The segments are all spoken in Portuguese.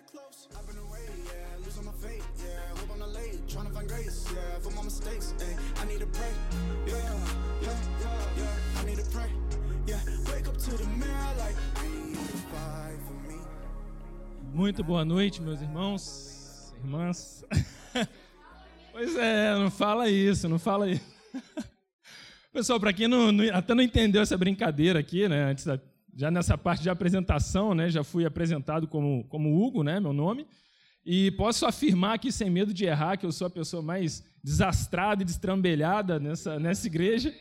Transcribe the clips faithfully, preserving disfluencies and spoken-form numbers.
close. I've been away, yeah, losing my faith, yeah, hope I'm not late, trying to find grace, yeah, for my mistakes, hey, I need to pray, yeah, yeah, yeah, yeah, I need to pray, yeah, wake up to the mirror like, I need to fight for me. Muito boa noite, meus irmãos, irmãs. Pois é, não fala isso, não fala isso. Pessoal, para quem não, não, até não entendeu essa brincadeira aqui, né, antes da, já nessa parte de apresentação, né, já fui apresentado como, como Hugo, né, meu nome, e posso afirmar aqui, sem medo de errar, que eu sou a pessoa mais desastrada e destrambelhada nessa, nessa igreja.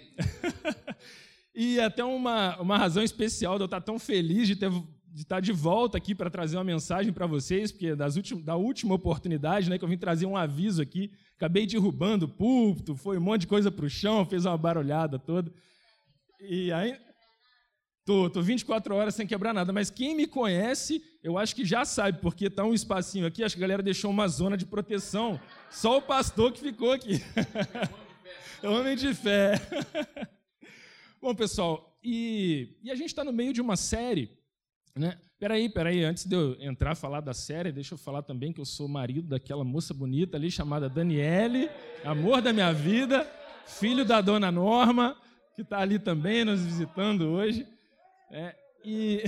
E até uma, uma razão especial de eu estar tão feliz de, ter, de estar de volta aqui para trazer uma mensagem para vocês, porque das ultim, da última oportunidade, né, que eu vim trazer um aviso aqui, acabei derrubando o púlpito, foi um monte de coisa para o chão, fez uma barulhada toda. E aí, tô, tô vinte e quatro horas sem quebrar nada, mas quem me conhece, eu acho que já sabe, porque está um espacinho aqui, acho que a galera deixou uma zona de proteção, só o pastor que ficou aqui. É homem de fé. Bom, pessoal, e, e a gente está no meio de uma série, né? Peraí, peraí, antes de eu entrar a falar da série, deixa eu falar também que eu sou marido daquela moça bonita ali, chamada Daniele, amor da minha vida, filho da dona Norma, que está ali também nos visitando hoje. É, e...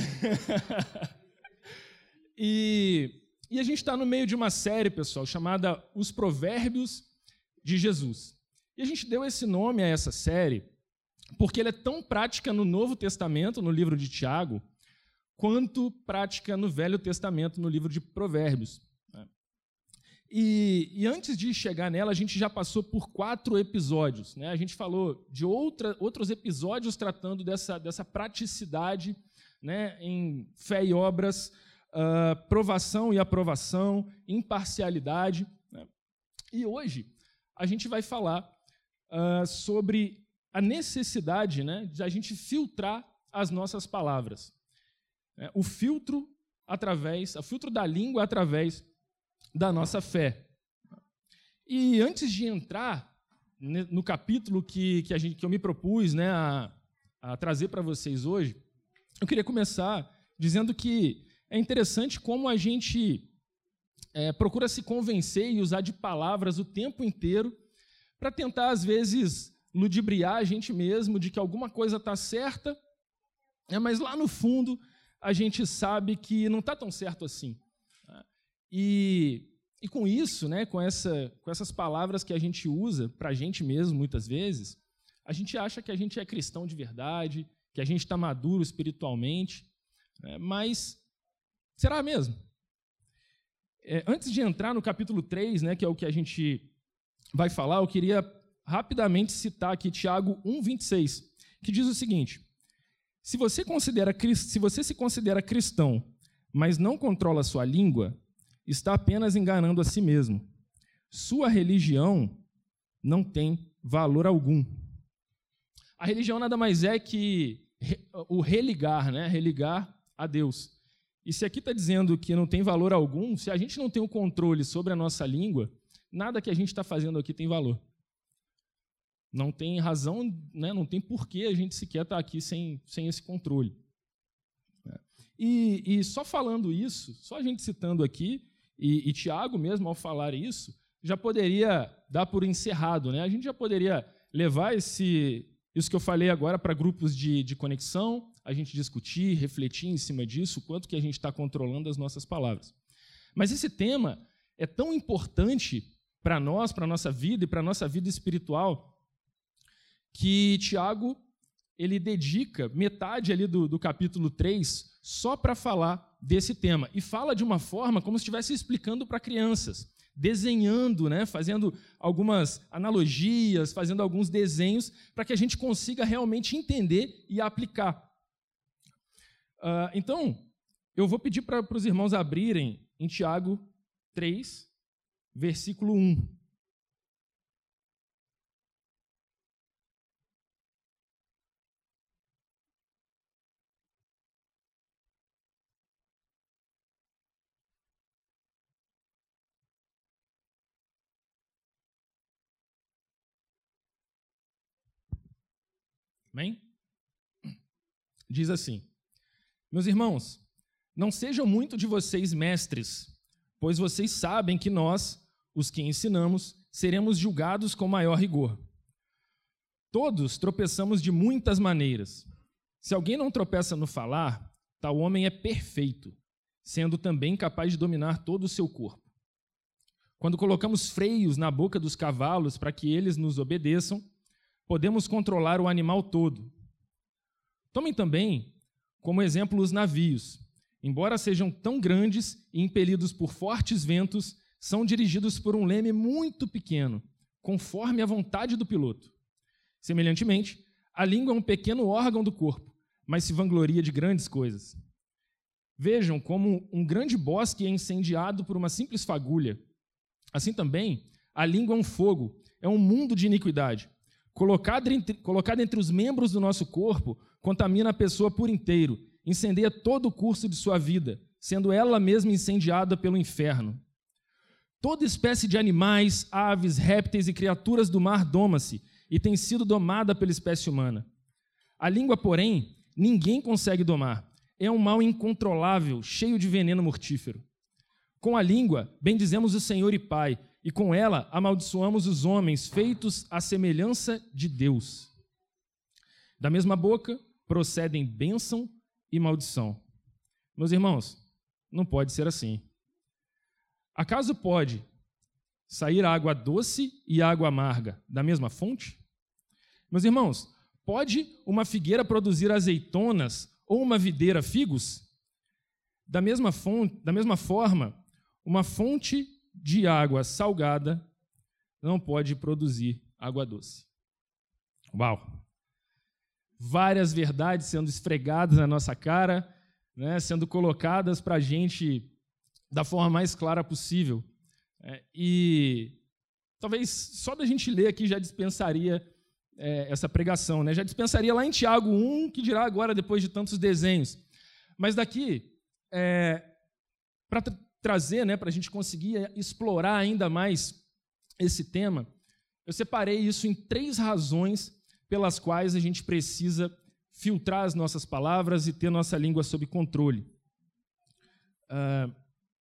e, e a gente está no meio de uma série, pessoal, chamada Os Provérbios de Jesus. E a gente deu esse nome a essa série porque ela é tão prática no Novo Testamento, no livro de Tiago, quanto prática no Velho Testamento, no livro de Provérbios. E, e antes de chegar nela, a gente já passou por quatro episódios, né? A gente falou de outra, outros episódios tratando dessa, dessa praticidade, né, em fé e obras, uh, provação e aprovação, imparcialidade, né? E hoje a gente vai falar uh, sobre a necessidade, né, de a gente filtrar as nossas palavras. O filtro através, o filtro da língua através da nossa fé. E antes de entrar no capítulo que, que, a gente, que eu me propus, né, a, a trazer para vocês hoje, eu queria começar dizendo que é interessante como a gente é, procura se convencer e usar de palavras o tempo inteiro para tentar, às vezes, ludibriar a gente mesmo de que alguma coisa está certa, é, mas lá no fundo a gente sabe que não está tão certo assim. E, e com isso, né, com, essa, com essas palavras que a gente usa para a gente mesmo, muitas vezes, a gente acha que a gente é cristão de verdade, que a gente está maduro espiritualmente, né, mas será mesmo? É, antes de entrar no capítulo três, né, que é o que a gente vai falar, eu queria rapidamente citar aqui Tiago um, vinte e seis, que diz o seguinte: Se você, considera, se você se considera cristão, mas não controla a sua língua, está apenas enganando a si mesmo. Sua religião não tem valor algum. A religião nada mais é que o religar, né? Religar a Deus. E se aqui está dizendo que não tem valor algum, se a gente não tem o controle sobre a nossa língua, nada que a gente está fazendo aqui tem valor. Não tem razão, né, não tem porquê a gente sequer estar aqui sem, sem esse controle. E, e só falando isso, só a gente citando aqui, e, e Tiago mesmo, ao falar isso, já poderia dar por encerrado, né? A gente já poderia levar esse, isso que eu falei agora para grupos de, de conexão, a gente discutir, refletir em cima disso, o quanto que a gente está controlando as nossas palavras. Mas esse tema é tão importante para nós, para a nossa vida e para a nossa vida espiritual, que Tiago ele dedica metade ali do, do capítulo três só para falar desse tema. E fala de uma forma como se estivesse explicando para crianças, desenhando, né, fazendo algumas analogias, fazendo alguns desenhos, para que a gente consiga realmente entender e aplicar. Uh, então, eu vou pedir para os irmãos abrirem em Tiago três, versículo um. Amém? Diz assim: Meus irmãos, não sejam muito de vocês mestres, pois vocês sabem que nós, os que ensinamos, seremos julgados com maior rigor. Todos tropeçamos de muitas maneiras. Se alguém não tropeça no falar, tal homem é perfeito, sendo também capaz de dominar todo o seu corpo. Quando colocamos freios na boca dos cavalos para que eles nos obedeçam, podemos controlar o animal todo. Tomem também como exemplo os navios. Embora sejam tão grandes e impelidos por fortes ventos, são dirigidos por um leme muito pequeno, conforme a vontade do piloto. Semelhantemente, a língua é um pequeno órgão do corpo, mas se vangloria de grandes coisas. Vejam como um grande bosque é incendiado por uma simples fagulha. Assim também, a língua é um fogo, é um mundo de iniquidade. Colocada entre, colocada entre os membros do nosso corpo, contamina a pessoa por inteiro, incendeia todo o curso de sua vida, sendo ela mesma incendiada pelo inferno. Toda espécie de animais, aves, répteis e criaturas do mar doma-se, e tem sido domada pela espécie humana. A língua, porém, ninguém consegue domar. É um mal incontrolável, cheio de veneno mortífero. Com a língua, bendizemos o Senhor e Pai, e com ela amaldiçoamos os homens feitos à semelhança de Deus. Da mesma boca procedem bênção e maldição. Meus irmãos, não pode ser assim. Acaso pode sair água doce e água amarga da mesma fonte? Meus irmãos, pode uma figueira produzir azeitonas ou uma videira figos? Da mesma, fonte, da mesma forma, uma fonte de água salgada não pode produzir água doce. Uau! Várias verdades sendo esfregadas na nossa cara, né, sendo colocadas para a gente da forma mais clara possível. É, e talvez só da gente ler aqui já dispensaria é, essa pregação, né? Já dispensaria lá em Tiago um, que dirá agora depois de tantos desenhos. Mas daqui, é, para tra- trazer, né, para a gente conseguir explorar ainda mais esse tema, eu separei isso em três razões pelas quais a gente precisa filtrar as nossas palavras e ter nossa língua sob controle. Uh,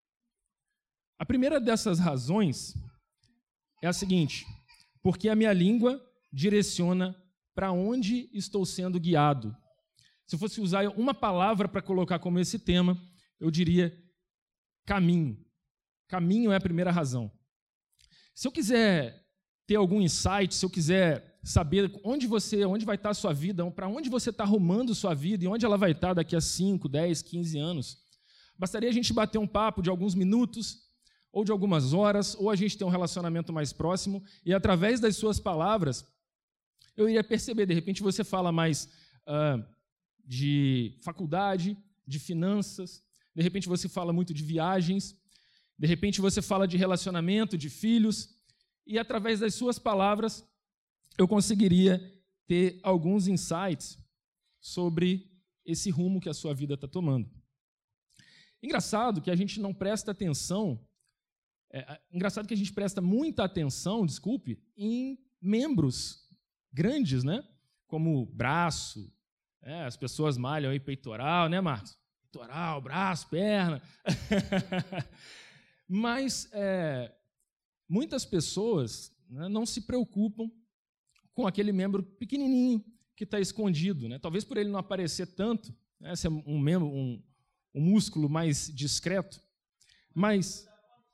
a primeira dessas razões é a seguinte: porque a minha língua direciona para onde estou sendo guiado. Se eu fosse usar uma palavra para colocar como esse tema, eu diria caminho. Caminho é a primeira razão. Se eu quiser ter algum insight, se eu quiser saber onde você, onde vai estar a sua vida, para onde você está arrumando sua vida e onde ela vai estar daqui a cinco, dez, quinze anos, bastaria a gente bater um papo de alguns minutos ou de algumas horas, ou a gente ter um relacionamento mais próximo, e através das suas palavras, eu iria perceber, de repente você fala mais uh, de faculdade, de finanças, de repente você fala muito de viagens, de repente você fala de relacionamento, de filhos, e através das suas palavras eu conseguiria ter alguns insights sobre esse rumo que a sua vida está tomando. Engraçado que a gente não presta atenção, é, engraçado que a gente presta muita atenção, desculpe, em membros grandes, né? Como braço, é, as pessoas malham aí peitoral, né, Marcos? Peitoral, braço, perna. Mas é, muitas pessoas, né, não se preocupam com aquele membro pequenininho que está escondido, né? Talvez por ele não aparecer tanto, né, ser um membro, um, um músculo mais discreto, mas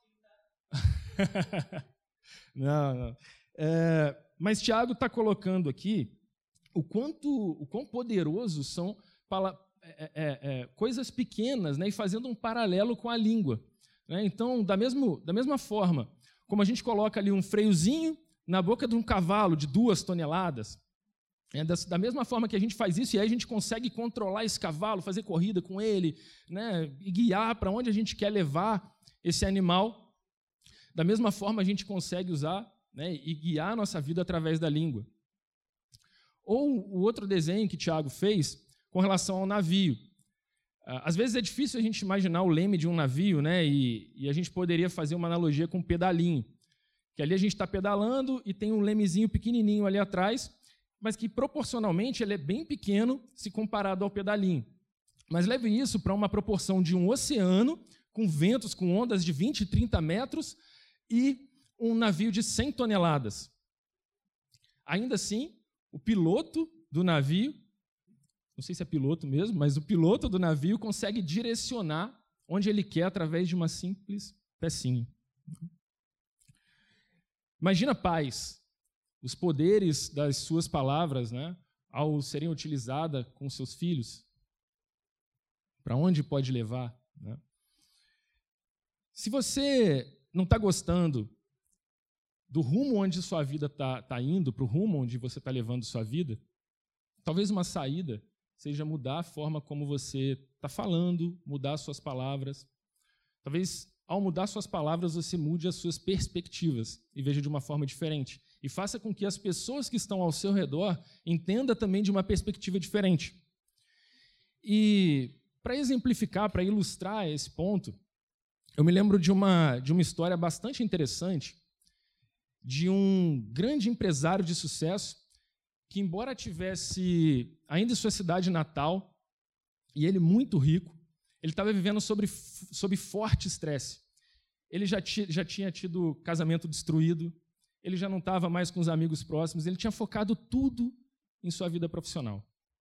não, não. É, mas Tiago está colocando aqui o quanto, o quão poderosos são pala, é, é, é, coisas pequenas, né, e fazendo um paralelo com a língua. Né? Então, da, mesmo, da mesma forma, como a gente coloca ali um freiozinho na boca de um cavalo de duas toneladas, é, da, da mesma forma que a gente faz isso, e aí a gente consegue controlar esse cavalo, fazer corrida com ele, né, e guiar para onde a gente quer levar esse animal, da mesma forma a gente consegue usar, né, e guiar a nossa vida através da língua. Ou o outro desenho que Tiago fez com relação ao navio. Às vezes é difícil a gente imaginar o leme de um navio, né, e, e a gente poderia fazer uma analogia com um pedalinho, que ali a gente está pedalando e tem um lemezinho pequenininho ali atrás, mas que proporcionalmente ele é bem pequeno se comparado ao pedalinho. Mas leve isso para uma proporção de um oceano com ventos, com ondas de vinte, trinta metros, e um navio de cem toneladas. Ainda assim, o piloto do navio, não sei se é piloto mesmo, mas o piloto do navio consegue direcionar onde ele quer através de uma simples pecinha. Imagina, pais, os poderes das suas palavras, né, ao serem utilizadas com seus filhos. Para onde pode levar? Né? Se você não está gostando do rumo onde sua vida está tá indo, para o rumo onde você está levando sua vida, talvez uma saída seja mudar a forma como você está falando, mudar suas palavras. Talvez, ao mudar suas palavras, você mude as suas perspectivas e veja de uma forma diferente. E faça com que as pessoas que estão ao seu redor entendam também de uma perspectiva diferente. E, para exemplificar, para ilustrar esse ponto, eu me lembro de uma, de uma história bastante interessante de um grande empresário de sucesso que, embora tivesse ainda em sua cidade natal, e ele muito rico, ele estava vivendo sobre, sob forte estresse. Ele já, ti, já tinha tido casamento destruído, ele já não estava mais com os amigos próximos, ele tinha focado tudo em sua vida profissional.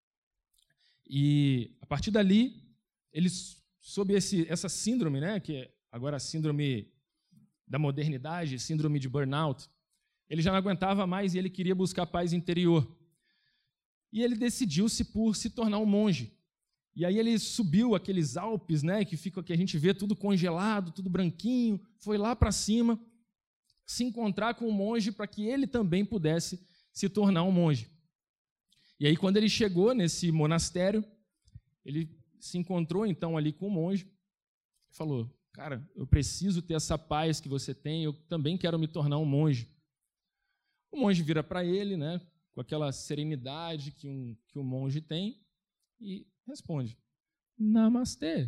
E, a partir dali, ele, sob esse, essa síndrome, né, que é agora a síndrome da modernidade, síndrome de burnout, ele já não aguentava mais e ele queria buscar paz interior. E ele decidiu-se por se tornar um monge. E aí ele subiu aqueles Alpes, né, que, fica, que a gente vê tudo congelado, tudo branquinho, foi lá para cima se encontrar com um monge para que ele também pudesse se tornar um monge. E aí, quando ele chegou nesse monastério, ele se encontrou então ali com o monge e falou: cara, eu preciso ter essa paz que você tem, eu também quero me tornar um monge. O monge vira para ele, né, com aquela serenidade que um, que um monge tem, e responde: Namastê.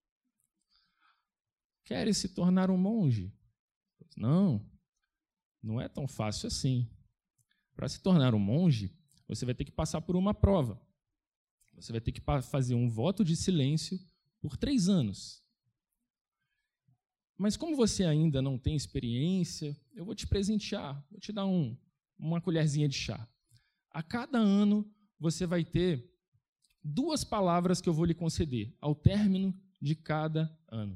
Queres se tornar um monge? Não, não é tão fácil assim. Para se tornar um monge, você vai ter que passar por uma prova. Você vai ter que fazer um voto de silêncio por três anos. Mas como você ainda não tem experiência, eu vou te presentear, vou te dar um, uma colherzinha de chá. A cada ano, você vai ter duas palavras que eu vou lhe conceder, ao término de cada ano.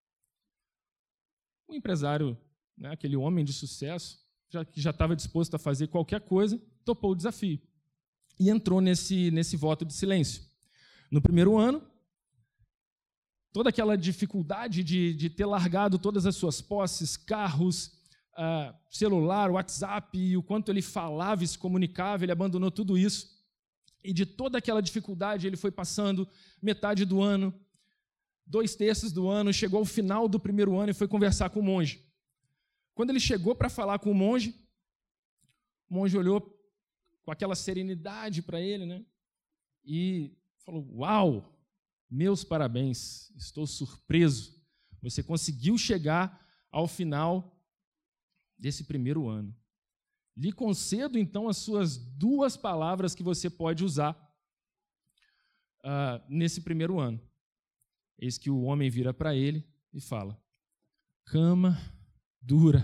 O empresário, né, aquele homem de sucesso, já, que já estava disposto a fazer qualquer coisa, topou o desafio e entrou nesse, nesse voto de silêncio. No primeiro ano, toda aquela dificuldade de, de ter largado todas as suas posses, carros, uh, celular, WhatsApp, e o quanto ele falava e se comunicava, ele abandonou tudo isso. E de toda aquela dificuldade, ele foi passando metade do ano, dois terços do ano, chegou ao final do primeiro ano e foi conversar com o monge. Quando ele chegou para falar com o monge, o monge olhou com aquela serenidade para ele, né? E falou: uau, meus parabéns, estou surpreso. Você conseguiu chegar ao final desse primeiro ano. Lhe concedo, então, as suas duas palavras que você pode usar uh, nesse primeiro ano. Eis que o homem vira para ele e fala: cama dura.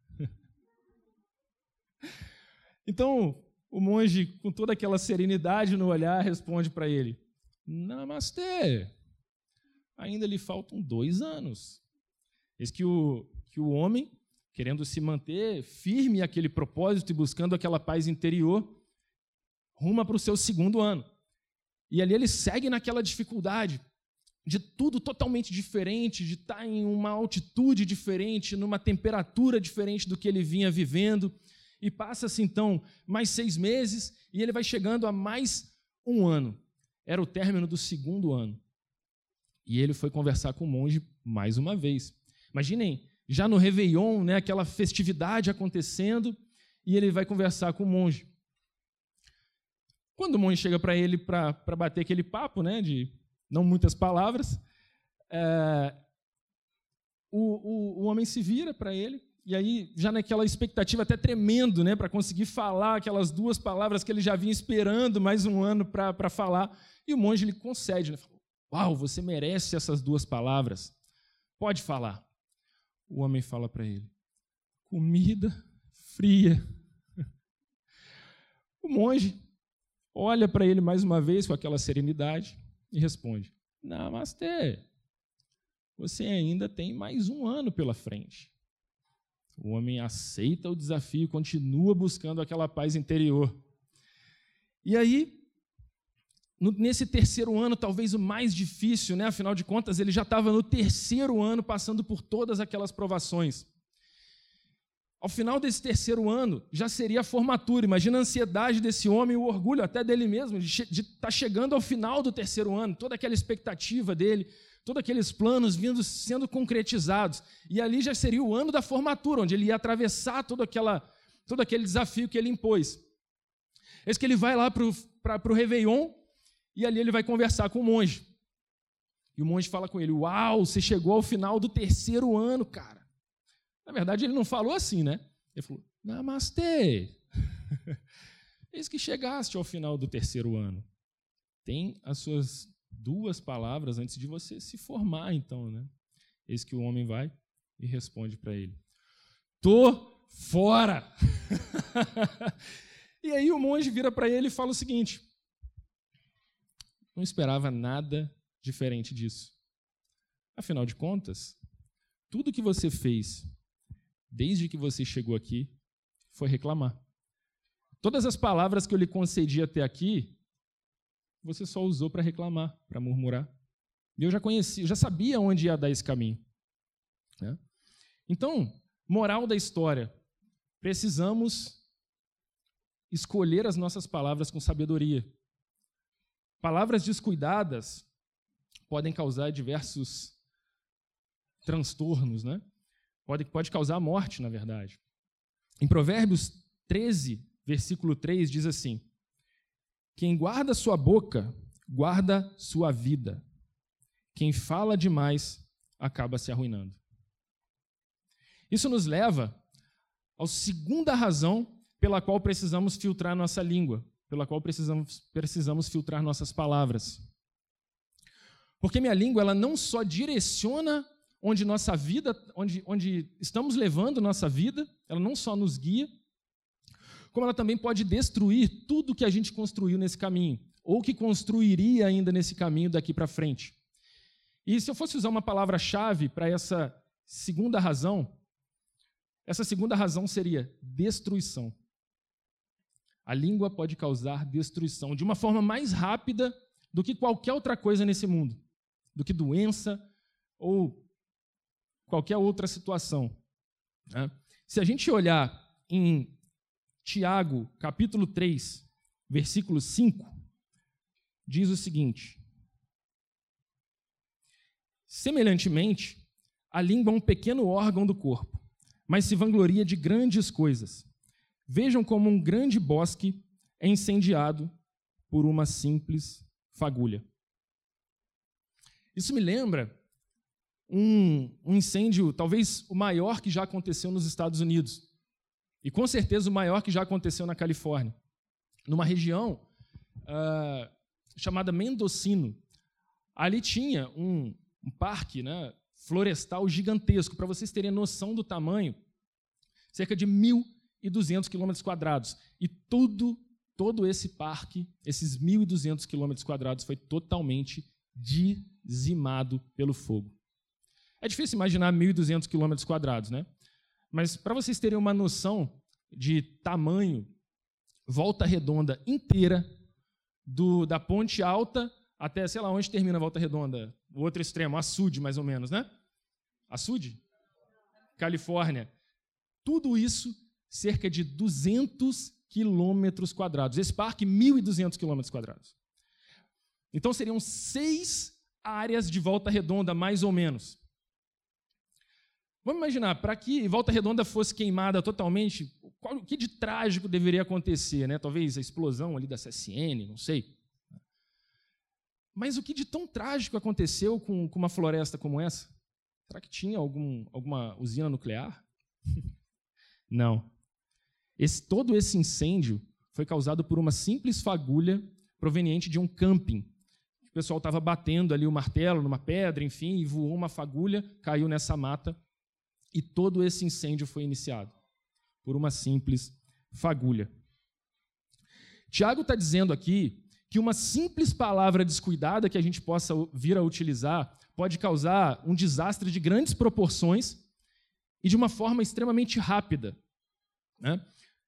Então, o monge, com toda aquela serenidade no olhar, responde para ele: Namastê, ainda lhe faltam dois anos. Eis que o, que o homem, querendo se manter firme àquele propósito e buscando aquela paz interior, ruma para o seu segundo ano. E ali ele segue naquela dificuldade de tudo totalmente diferente, de estar em uma altitude diferente, numa temperatura diferente do que ele vinha vivendo. E passa-se, então, mais seis meses e ele vai chegando a mais um ano. Era o término do segundo ano. E ele foi conversar com o monge mais uma vez. Imaginem, já no Réveillon, né, aquela festividade acontecendo, e ele vai conversar com o monge. Quando o monge chega para ele para bater aquele papo, né, de não muitas palavras, é, o, o, o homem se vira para ele, e aí, já naquela expectativa até tremendo, né, para conseguir falar aquelas duas palavras que ele já vinha esperando mais um ano para falar, e o monge lhe concede, né, uau, você merece essas duas palavras. Pode falar. O homem fala para ele: comida fria. O monge olha para ele mais uma vez com aquela serenidade e responde: Namastê, você ainda tem mais um ano pela frente. O homem aceita o desafio, continua buscando aquela paz interior. E aí, nesse terceiro ano, talvez o mais difícil, né? Afinal de contas, ele já estava no terceiro ano, passando por todas aquelas provações. Ao final desse terceiro ano, já seria a formatura. Imagina a ansiedade desse homem, o orgulho até dele mesmo, de estar tá chegando ao final do terceiro ano, toda aquela expectativa dele, todos aqueles planos vindo sendo concretizados. E ali já seria o ano da formatura, onde ele ia atravessar todo, aquela, todo aquele desafio que ele impôs. Eis que ele vai lá para o Réveillon, e ali ele vai conversar com o monge. E o monge fala com ele: uau, você chegou ao final do terceiro ano, cara. Na verdade, ele não falou assim, né? Ele falou: Namastê. Eis que chegaste ao final do terceiro ano. Tem as suas duas palavras antes de você se formar, então, né? Eis que o homem vai e responde para ele: tô fora. E aí o monge vira para ele e fala o seguinte: não esperava nada diferente disso. Afinal de contas, tudo que você fez desde que você chegou aqui foi reclamar. Todas as palavras que eu lhe concedi até aqui, você só usou para reclamar, para murmurar. E eu já conhecia, eu já sabia onde ia dar esse caminho. Né? Então, moral da história: precisamos escolher as nossas palavras com sabedoria. Palavras descuidadas podem causar diversos transtornos, né? Pode, pode causar morte, na verdade. Em Provérbios treze, versículo três, diz assim: quem guarda sua boca, guarda sua vida. Quem fala demais, acaba se arruinando. Isso nos leva à segunda razão pela qual precisamos filtrar nossa língua, pela qual precisamos, precisamos filtrar nossas palavras. Porque minha língua, ela não só direciona onde nossa vida, onde, onde estamos levando nossa vida, ela não só nos guia, como ela também pode destruir tudo que a gente construiu nesse caminho, ou que construiria ainda nesse caminho daqui para frente. E se eu fosse usar uma palavra-chave para essa segunda razão, essa segunda razão seria destruição. A língua pode causar destruição de uma forma mais rápida do que qualquer outra coisa nesse mundo, do que doença ou qualquer outra situação. Né? Se a gente olhar em Tiago, capítulo três, versículo cinco, diz o seguinte: semelhantemente, a língua é um pequeno órgão do corpo, mas se vangloria de grandes coisas. Vejam como um grande bosque é incendiado por uma simples fagulha. Isso me lembra um, um incêndio, talvez o maior que já aconteceu nos Estados Unidos. E com certeza o maior que já aconteceu na Califórnia. Numa região uh, chamada Mendocino. Ali tinha um, um parque, né, florestal gigantesco. Para vocês terem noção do tamanho, cerca de mil e duzentos quilômetros quadrados. E tudo, todo esse parque, esses mil e duzentos quilômetros quadrados, foi totalmente dizimado pelo fogo. É difícil imaginar mil e duzentos quilômetros quadrados, né? Mas para vocês terem uma noção de tamanho, Volta Redonda inteira, do, da Ponte Alta até, sei lá, onde termina a Volta Redonda, o outro extremo, Açude, mais ou menos, né? Açude? Califórnia. Tudo isso, cerca de duzentos quilômetros quadrados. Esse parque, mil e duzentos quilômetros quadrados. Então, seriam seis áreas de Volta Redonda, mais ou menos. Vamos imaginar, para que Volta Redonda fosse queimada totalmente, qual, o que de trágico deveria acontecer, né? Talvez a explosão ali da C S N, não sei. Mas o que de tão trágico aconteceu com, com uma floresta como essa? Será que tinha algum, alguma usina nuclear? Não. Esse, todo esse incêndio foi causado por uma simples fagulha proveniente de um camping. pessoal estava batendo ali o martelo numa pedra, enfim, e voou uma fagulha, caiu nessa mata, e todo esse incêndio foi iniciado por uma simples fagulha. Tiago está dizendo aqui que uma simples palavra descuidada que a gente possa vir a utilizar pode causar um desastre de grandes proporções e de uma forma extremamente rápida, né?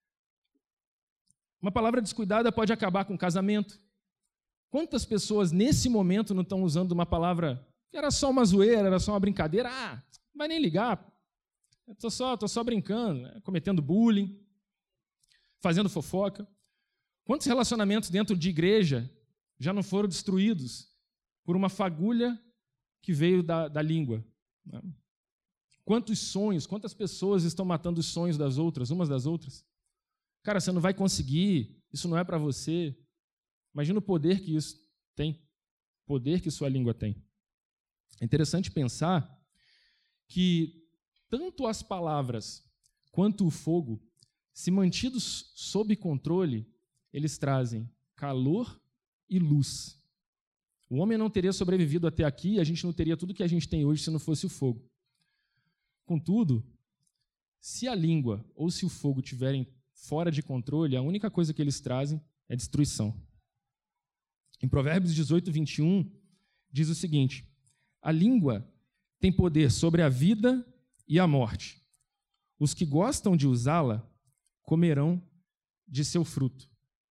Uma palavra descuidada pode acabar com o casamento. Quantas pessoas nesse momento não estão usando uma palavra que era só uma zoeira, era só uma brincadeira? Ah, não vai nem ligar, estou só, tô só brincando, né? Cometendo bullying, fazendo fofoca. Quantos relacionamentos dentro de igreja já não foram destruídos por uma fagulha que veio da, da língua? Né? Quantos sonhos, quantas pessoas estão matando os sonhos das outras, umas das outras? Cara, você não vai conseguir, isso não é para você. Imagina o poder que isso tem, o poder que sua língua tem. É interessante pensar que tanto as palavras quanto o fogo, se mantidos sob controle, eles trazem calor e luz. O homem não teria sobrevivido até aqui e a gente não teria tudo que a gente tem hoje se não fosse o fogo. Contudo, se a língua ou se o fogo estiverem fora de controle, a única coisa que eles trazem é destruição. Em Provérbios dezoito, vinte e um, diz o seguinte: a língua tem poder sobre a vida e a morte. Os que gostam de usá-la comerão de seu fruto.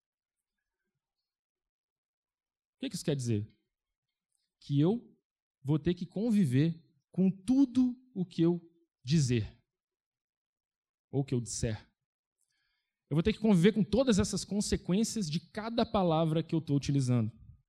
O que isso quer dizer? Que eu vou ter que conviver com tudo o que eu dizer, ou o que eu disser. Eu vou ter que conviver com todas essas consequências de cada palavra que eu estou utilizando.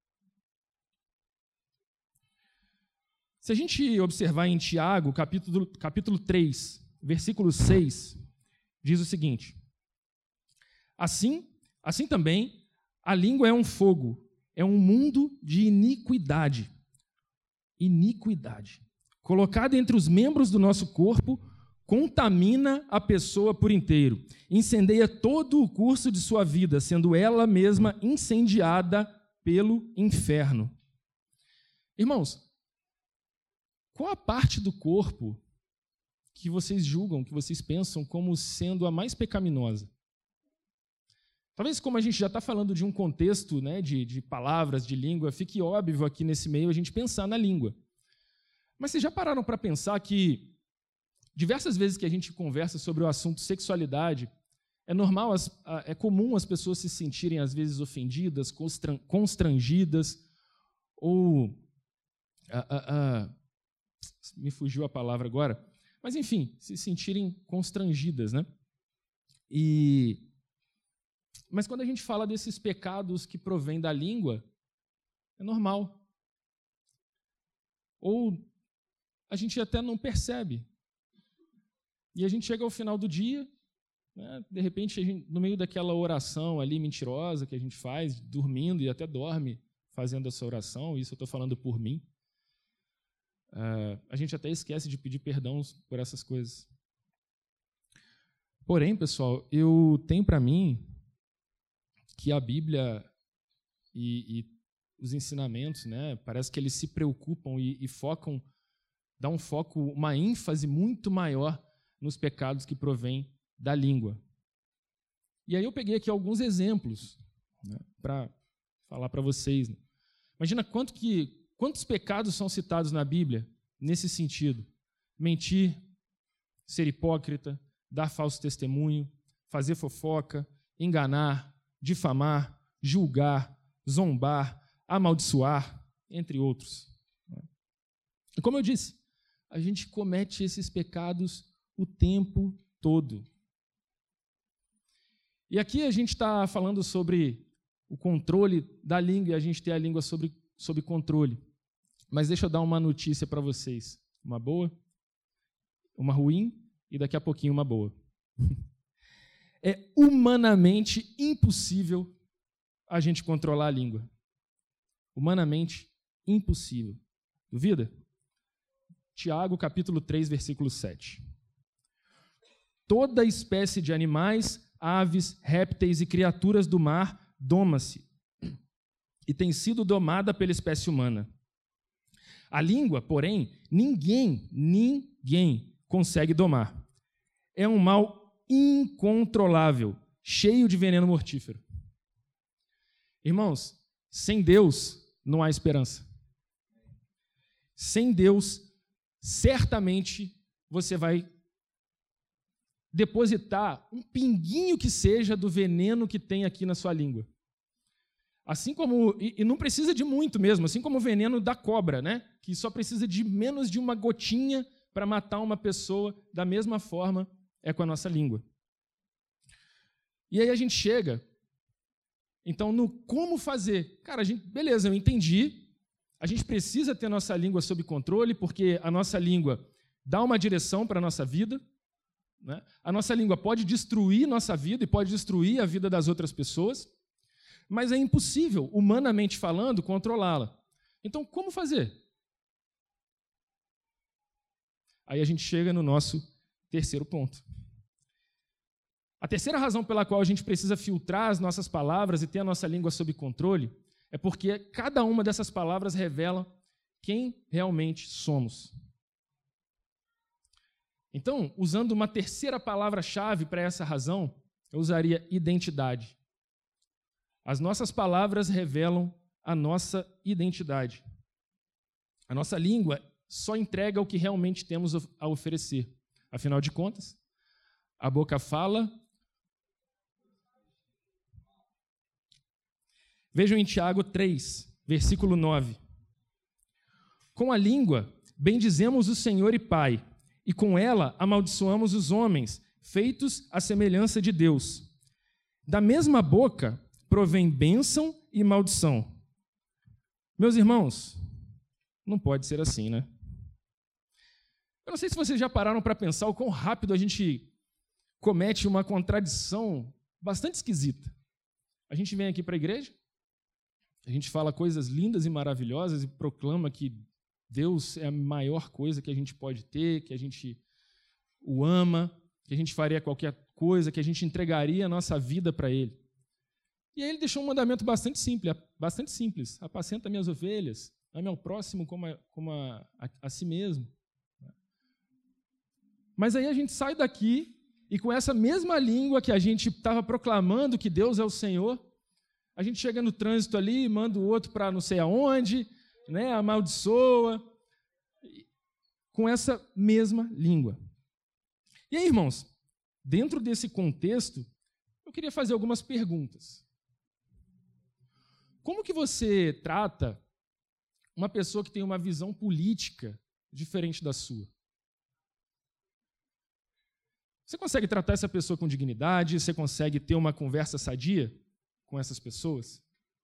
Se a gente observar em Tiago, capítulo, capítulo três, versículo seis, diz o seguinte: Assim, assim também, a língua é um fogo, é um mundo de iniquidade. Iniquidade. Colocada entre os membros do nosso corpo, contamina a pessoa por inteiro. Incendeia todo o curso de sua vida, sendo ela mesma incendiada pelo inferno. Irmãos, qual a parte do corpo que vocês julgam, que vocês pensam como sendo a mais pecaminosa? Talvez, como a gente já está falando de um contexto, né, de, de palavras, de língua, fique óbvio aqui nesse meio a gente pensar na língua. Mas vocês já pararam para pensar que diversas vezes que a gente conversa sobre o assunto sexualidade, é normal, é comum as pessoas se sentirem às vezes ofendidas, constrangidas, ou ah, ah, ah, me fugiu a palavra agora, mas enfim, se sentirem constrangidas, né? E Mas quando a gente fala desses pecados que provêm da língua, é normal. Ou a gente até não percebe. E a gente chega ao final do dia, né, de repente, a gente, no meio daquela oração ali mentirosa que a gente faz, dormindo e até dorme fazendo essa oração, isso eu estou falando por mim, uh, a gente até esquece de pedir perdão por essas coisas. Porém, pessoal, eu tenho para mim que a Bíblia e, e os ensinamentos, né, parece que eles se preocupam e, e focam, dá um foco, uma ênfase muito maior nos pecados que provêm da língua. E aí eu peguei aqui alguns exemplos, né, para falar para vocês. Né. Imagina quanto que, quantos pecados são citados na Bíblia nesse sentido. Mentir, ser hipócrita, dar falso testemunho, fazer fofoca, enganar, difamar, julgar, zombar, amaldiçoar, entre outros. E como eu disse, a gente comete esses pecados o tempo todo. E aqui a gente está falando sobre o controle da língua e a gente ter a língua sob, sob controle. Mas deixa eu dar uma notícia para vocês. Uma boa, uma ruim e daqui a pouquinho uma boa. É humanamente impossível a gente controlar a língua. Humanamente impossível. Duvida? Tiago, capítulo três, versículo sete. Toda espécie de animais, aves, répteis e criaturas do mar doma-se. e tem sido domada pela espécie humana. A língua, porém, ninguém, ninguém consegue domar. É um mal incontrolável, cheio de veneno mortífero. Irmãos, sem Deus não há esperança. Sem Deus, certamente você vai depositar um pinguinho que seja do veneno que tem aqui na sua língua. Assim como, e, e não precisa de muito mesmo, assim como o veneno da cobra, né? Que só precisa de menos de uma gotinha para matar uma pessoa, da mesma forma é com a nossa língua. E aí a gente chega, então, no como fazer. Cara, a gente, beleza, eu entendi, a gente precisa ter nossa língua sob controle, porque a nossa língua dá uma direção para a nossa vida, né? A nossa língua pode destruir nossa vida e pode destruir a vida das outras pessoas, mas é impossível, humanamente falando, controlá-la. Então, como fazer? Aí a gente chega no nosso terceiro ponto. A terceira razão pela qual a gente precisa filtrar as nossas palavras e ter a nossa língua sob controle é porque cada uma dessas palavras revela quem realmente somos. Então, usando uma terceira palavra-chave para essa razão, eu usaria identidade. As nossas palavras revelam a nossa identidade. A nossa língua só entrega o que realmente temos a oferecer. Afinal de contas, a boca fala. Vejam em Tiago três, versículo nove. Com a língua bendizemos o Senhor e Pai, e com ela amaldiçoamos os homens, feitos à semelhança de Deus. Da mesma boca provém bênção e maldição. Meus irmãos, não pode ser assim, né? Eu não sei se vocês já pararam para pensar o quão rápido a gente comete uma contradição bastante esquisita. A gente vem aqui para a igreja, a gente fala coisas lindas e maravilhosas e proclama que Deus é a maior coisa que a gente pode ter, que a gente o ama, que a gente faria qualquer coisa, que a gente entregaria a nossa vida para Ele. E aí ele deixou um mandamento bastante simples, bastante simples. Apacenta minhas ovelhas, ame ao próximo como, a, como a, a, a si mesmo. Mas aí a gente sai daqui e com essa mesma língua que a gente estava proclamando que Deus é o Senhor, a gente chega no trânsito ali e manda o outro para não sei aonde, né, amaldiçoa, com essa mesma língua. E aí, irmãos, dentro desse contexto, eu queria fazer algumas perguntas. Como que você trata uma pessoa que tem uma visão política diferente da sua? Você consegue tratar essa pessoa com dignidade? Você consegue ter uma conversa sadia com essas pessoas?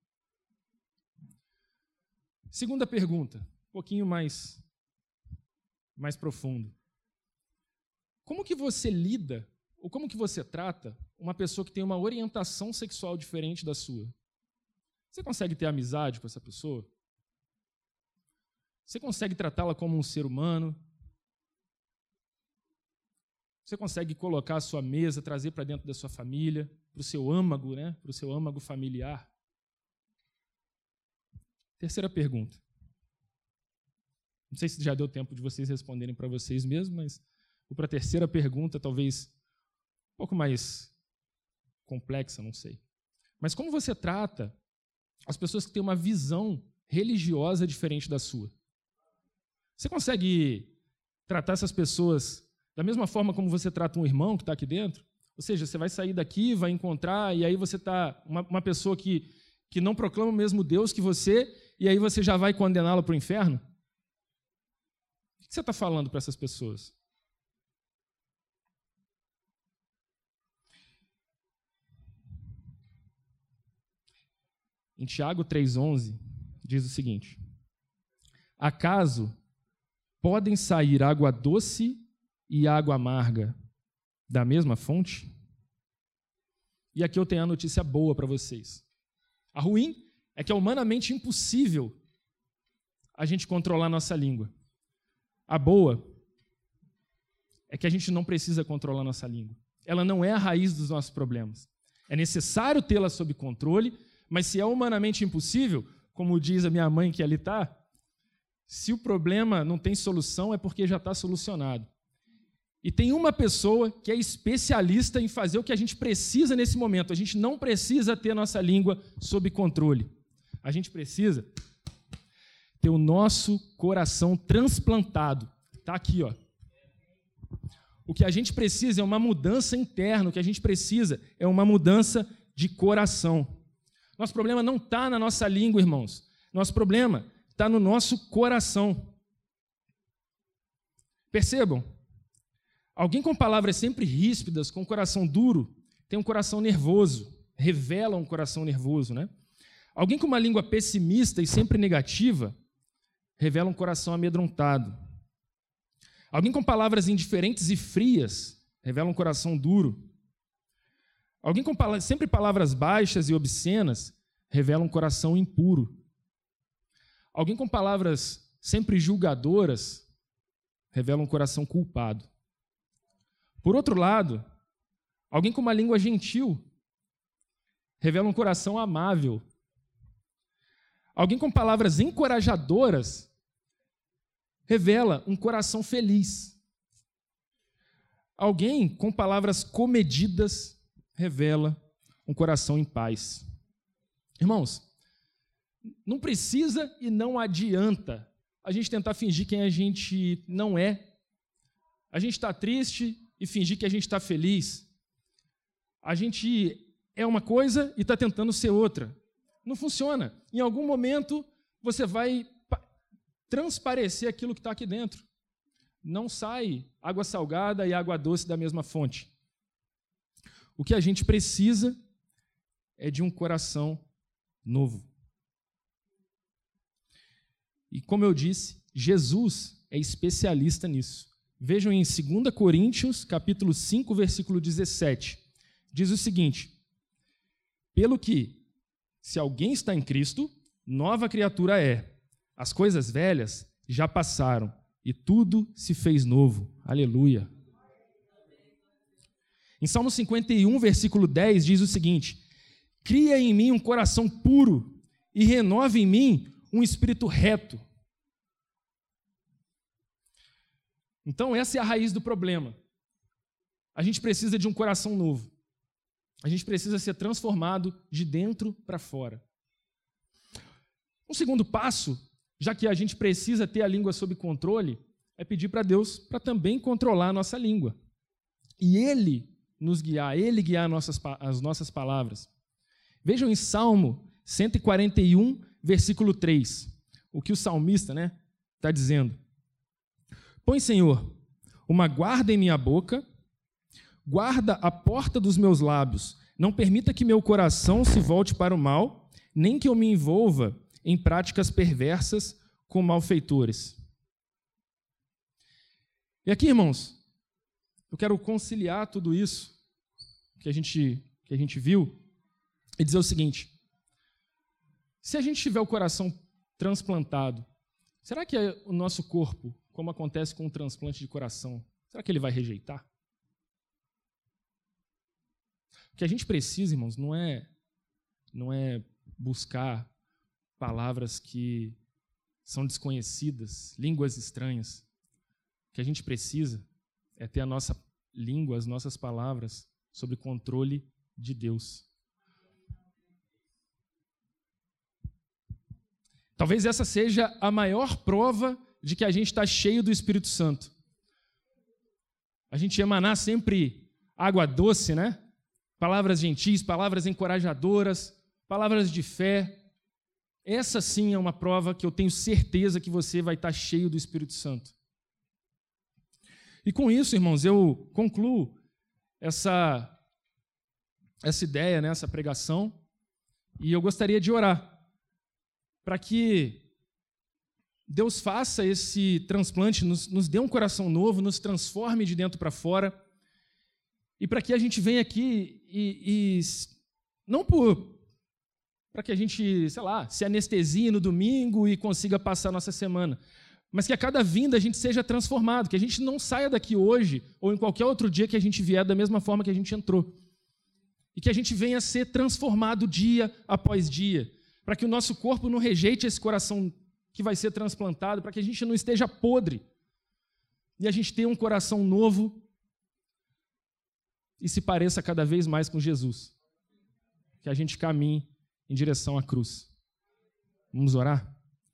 Segunda pergunta, um pouquinho mais, mais profundo. Como que você lida, ou como que você trata uma pessoa que tem uma orientação sexual diferente da sua? Você consegue ter amizade com essa pessoa? Você consegue tratá-la como um ser humano? Você consegue colocar a sua mesa, trazer para dentro da sua família, para o seu âmago, né? Para o seu âmago familiar? Terceira pergunta. Não sei se já deu tempo de vocês responderem para vocês mesmos, mas vou para a terceira pergunta, talvez um pouco mais complexa, não sei. Mas como você trata as pessoas que têm uma visão religiosa diferente da sua? Você consegue tratar essas pessoas da mesma forma como você trata um irmão que está aqui dentro? Ou seja, você vai sair daqui, vai encontrar, e aí você está uma, uma pessoa que, que não proclama o mesmo Deus que você, e aí você já vai condená-la para o inferno? O que você está falando para essas pessoas? Em Tiago três, onze, diz o seguinte: acaso podem sair água doce e água amarga da mesma fonte? E aqui eu tenho a notícia boa para vocês. A ruim é que é humanamente impossível a gente controlar a nossa língua. A boa é que a gente não precisa controlar a nossa língua. Ela não é a raiz dos nossos problemas. É necessário tê-la sob controle, Mas se é humanamente impossível, como diz a minha mãe que ali está, se o problema não tem solução, é porque já está solucionado. E tem uma pessoa que é especialista em fazer o que a gente precisa nesse momento. A gente não precisa ter nossa língua sob controle. A gente precisa ter o nosso coração transplantado. Está aqui, ó. O que a gente precisa é uma mudança interna. O que a gente precisa é uma mudança de coração. Nosso problema não está na nossa língua, irmãos. Nosso problema está no nosso coração. Percebam? Alguém com palavras sempre ríspidas, com um coração duro, tem um coração nervoso, revela um coração nervoso, né? Alguém com uma língua pessimista e sempre negativa, revela um coração amedrontado. Alguém com palavras indiferentes e frias, revela um coração duro. Alguém com palavras, sempre palavras baixas e obscenas, revela um coração impuro. Alguém com palavras sempre julgadoras, revela um coração culpado. Por outro lado, alguém com uma língua gentil revela um coração amável. Alguém com palavras encorajadoras revela um coração feliz. Alguém com palavras comedidas revela um coração em paz. Irmãos, não precisa e não adianta a gente tentar fingir quem a gente não é. A gente está triste e fingir que a gente está feliz. A gente é uma coisa e está tentando ser outra. Não funciona. Em algum momento, você vai transparecer aquilo que está aqui dentro. Não sai água salgada e água doce da mesma fonte. O que a gente precisa é de um coração novo. E, como eu disse, Jesus é especialista nisso. Vejam em dois Coríntios, capítulo cinco, versículo dezessete. Diz o seguinte: pelo que, se alguém está em Cristo, nova criatura é. As coisas velhas já passaram e tudo se fez novo. Aleluia. Em Salmo cinquenta e um, versículo dez, diz o seguinte: cria em mim um coração puro e renove em mim um espírito reto. Então, essa é a raiz do problema. A gente precisa de um coração novo. A gente precisa ser transformado de dentro para fora. Um segundo passo, já que a gente precisa ter a língua sob controle, é pedir para Deus para também controlar a nossa língua. E Ele nos guiar, Ele guiar nossas, as nossas palavras. Vejam em Salmo cento e quarenta e um, versículo três, o que o salmista, né, está dizendo. Põe, Senhor, uma guarda em minha boca, guarda a porta dos meus lábios, não permita que meu coração se volte para o mal, nem que eu me envolva em práticas perversas com malfeitores. E aqui, irmãos, eu quero conciliar tudo isso que a gente, que a gente viu e dizer o seguinte: se a gente tiver o coração transplantado, será que o nosso corpo, como acontece com um transplante de coração, será que ele vai rejeitar? O que a gente precisa, irmãos, não é, não é buscar palavras que são desconhecidas, línguas estranhas. O que a gente precisa é ter a nossa língua, as nossas palavras, sob controle de Deus. Talvez essa seja a maior prova de que a gente está cheio do Espírito Santo. A gente emanar sempre água doce, né? Palavras gentis, palavras encorajadoras, palavras de fé. Essa sim é uma prova que eu tenho certeza que você vai estar cheio do Espírito Santo. E com isso, irmãos, eu concluo essa, essa ideia, né, essa pregação, e eu gostaria de orar para que Deus faça esse transplante, nos, nos dê um coração novo, nos transforme de dentro para fora, e para que a gente venha aqui e, e não por para que a gente, sei lá, se anestesie no domingo e consiga passar a nossa semana, mas que a cada vinda a gente seja transformado, que a gente não saia daqui hoje ou em qualquer outro dia que a gente vier da mesma forma que a gente entrou. e que a gente venha a ser transformado dia após dia, para que o nosso corpo não rejeite esse coração que vai ser transplantado, para que a gente não esteja podre, e a gente tenha um coração novo e se pareça cada vez mais com Jesus. Que a gente caminhe em direção à cruz. Vamos orar?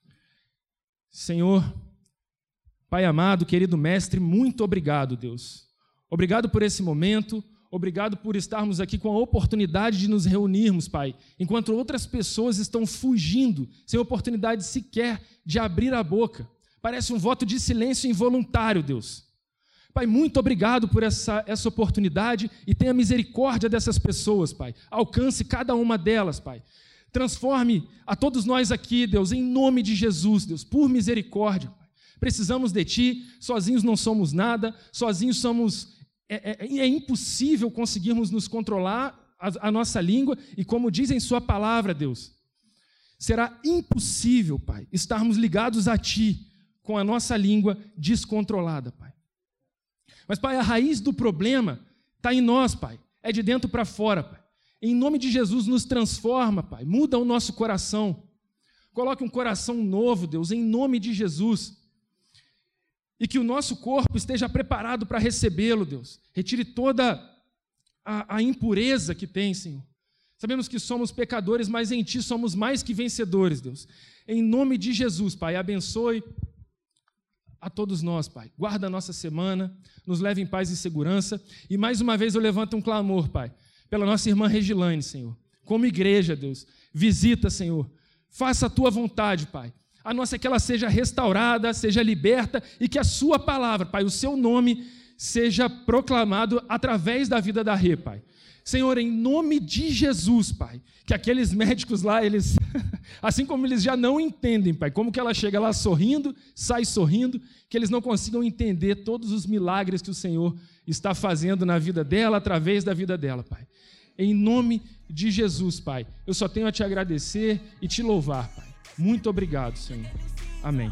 Senhor, Pai amado, querido Mestre, muito obrigado, Deus. Obrigado por esse momento, obrigado por estarmos aqui com a oportunidade de nos reunirmos, Pai, enquanto outras pessoas estão fugindo, sem oportunidade sequer de abrir a boca. Parece um voto de silêncio involuntário, Deus. Pai, muito obrigado por essa, essa oportunidade e tenha misericórdia dessas pessoas, Pai. Alcance cada uma delas, Pai. Transforme a todos nós aqui, Deus, em nome de Jesus, Deus, por misericórdia, Pai. Precisamos de Ti, sozinhos não somos nada, sozinhos somos... É, é, é impossível conseguirmos nos controlar a, a nossa língua e, como diz em Sua palavra, Deus, será impossível, Pai, estarmos ligados a Ti com a nossa língua descontrolada, Pai. Mas, Pai, a raiz do problema está em nós, Pai. É de dentro para fora, Pai. Em nome de Jesus, nos transforma, Pai. Muda o nosso coração. Coloque um coração novo, Deus, em nome de Jesus. E que o nosso corpo esteja preparado para recebê-lo, Deus. Retire toda a, a impureza que tem, Senhor. Sabemos que somos pecadores, mas em Ti somos mais que vencedores, Deus. Em nome de Jesus, Pai, abençoe a todos nós, Pai. Guarda a nossa semana, nos leve em paz e segurança. E mais uma vez eu levanto um clamor, Pai, pela nossa irmã Regilane, Senhor. Como igreja, Deus, visita, Senhor. Faça a Tua vontade, Pai. A nossa é que ela seja restaurada, seja liberta e que a Sua palavra, Pai, o Seu nome seja proclamado através da vida da Rê, Pai. Senhor, em nome de Jesus, Pai, que aqueles médicos lá, eles, assim como eles já não entendem, Pai, como que ela chega lá sorrindo, sai sorrindo, que eles não consigam entender todos os milagres que o Senhor está fazendo na vida dela, através da vida dela, Pai. Em nome de Jesus, Pai, eu só tenho a Te agradecer e Te louvar, Pai. Muito obrigado, Senhor. Amém.